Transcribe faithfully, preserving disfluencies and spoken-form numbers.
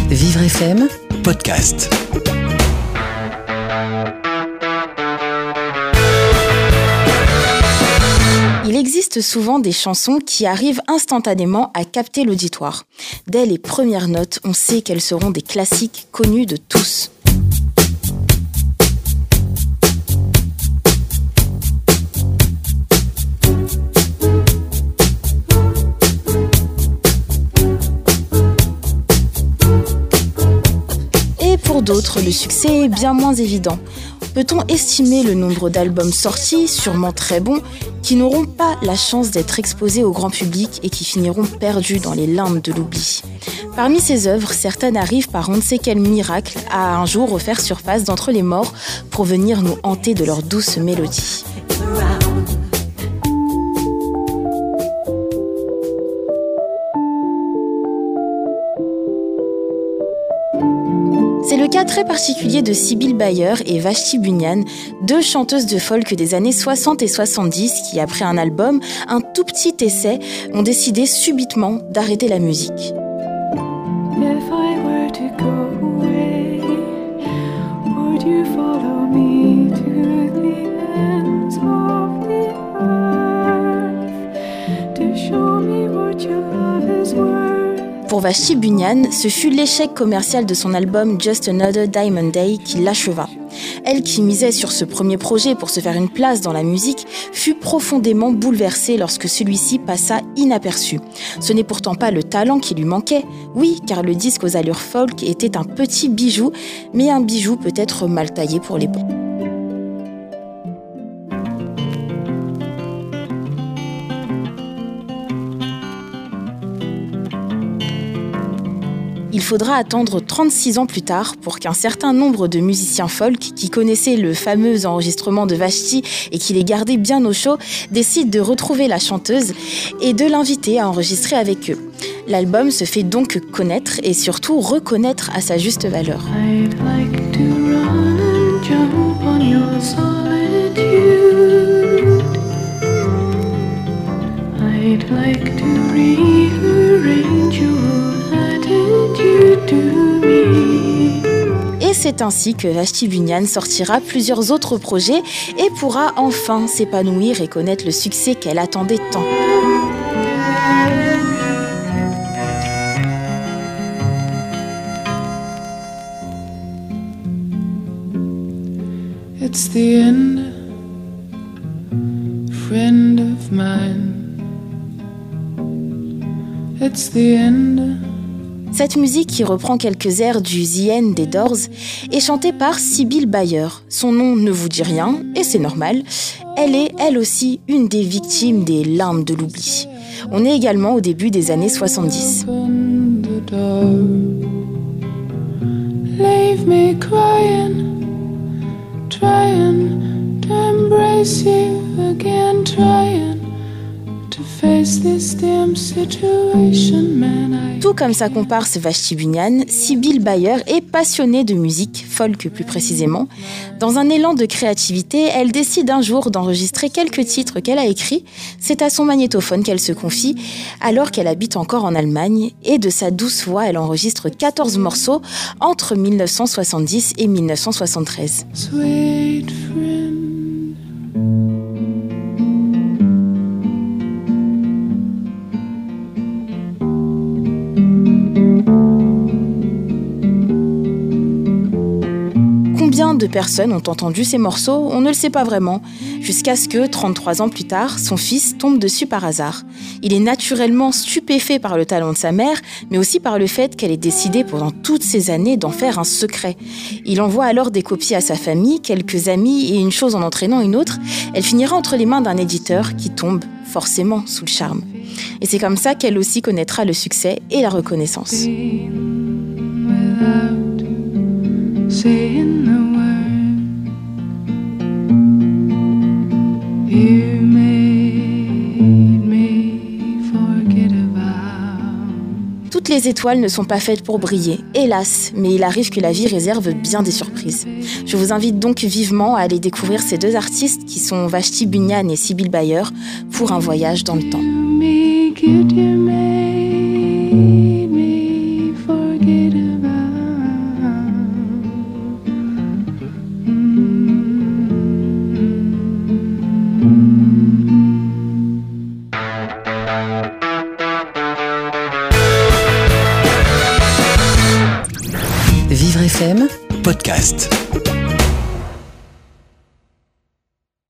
Vivre F M Podcast. Il existe souvent des chansons qui arrivent instantanément à capter l'auditoire. Dès les premières notes, on sait qu'elles seront des classiques connus de tous. Et pour d'autres, le succès est bien moins évident. Peut-on estimer le nombre d'albums sortis, sûrement très bons, qui n'auront pas la chance d'être exposés au grand public et qui finiront perdus dans les limbes de l'oubli ? Parmi ces œuvres, certaines arrivent par on ne sait quel miracle à un jour refaire surface d'entre les morts pour venir nous hanter de leur douce mélodie. C'est le cas très particulier de Sybille Bayer et Vashti Bunyan, deux chanteuses de folk des années soixante et soixante-dix qui, après un album, un tout petit essai, ont décidé subitement d'arrêter la musique. If I were to go away, would you follow me to the ends of the earth to show me what your love is worth? Pour Vashti Bunyan, ce fut l'échec commercial de son album Just Another Diamond Day qui l'acheva. Elle, qui misait sur ce premier projet pour se faire une place dans la musique, fut profondément bouleversée lorsque celui-ci passa inaperçu. Ce n'est pourtant pas le talent qui lui manquait. Oui, car le disque aux allures folk était un petit bijou, mais un bijou peut être mal taillé pour l'époque. Il faudra attendre trente-six ans plus tard pour qu'un certain nombre de musiciens folk qui connaissaient le fameux enregistrement de Vashti et qui les gardaient bien au chaud décident de retrouver la chanteuse et de l'inviter à enregistrer avec eux. L'album se fait donc connaître et surtout reconnaître à sa juste valeur. I'd like to run and jump on your solitude. I'd like to rearrange your Et c'est ainsi que Vashti Bunyan sortira plusieurs autres projets et pourra enfin s'épanouir et connaître le succès qu'elle attendait tant. It's the end, friend of mine. It's the end. Cette musique, qui reprend quelques airs du The End des Doors, est chantée par Sybille Bayer. Son nom ne vous dit rien, et c'est normal. Elle est, elle aussi, une des victimes des larmes de l'oubli. On est également au début des années soixante-dix. Leave me crying, trying to embrace you again, trying. Tout comme sa comparse Vashti Bunyan, Sybille Bayer est passionnée de musique, folk plus précisément. Dans un élan de créativité, elle décide un jour d'enregistrer quelques titres qu'elle a écrits. C'est à son magnétophone qu'elle se confie, alors qu'elle habite encore en Allemagne. Et de sa douce voix, elle enregistre quatorze morceaux entre dix-neuf cent soixante-dix et dix-neuf cent soixante-treize. Sweet friend. Combien de personnes ont entendu ces morceaux ? On ne le sait pas vraiment, jusqu'à ce que, trente-trois ans plus tard, son fils tombe dessus par hasard. Il est naturellement stupéfait par le talent de sa mère, mais aussi par le fait qu'elle ait décidé pendant toutes ces années d'en faire un secret. Il envoie alors des copies à sa famille, quelques amis, et une chose en entraînant une autre, elle finira entre les mains d'un éditeur qui tombe forcément sous le charme. Et c'est comme ça qu'elle aussi connaîtra le succès et la reconnaissance. Saying the word you made me forget about. Toutes les étoiles ne sont pas faites pour briller, hélas, mais il arrive que la vie réserve bien des surprises. Je vous invite donc vivement à aller découvrir ces deux artistes qui sont Vashti Bunyan et Sybille Bayer pour un voyage dans le temps. Could you make me forget about Vivre F M, podcast.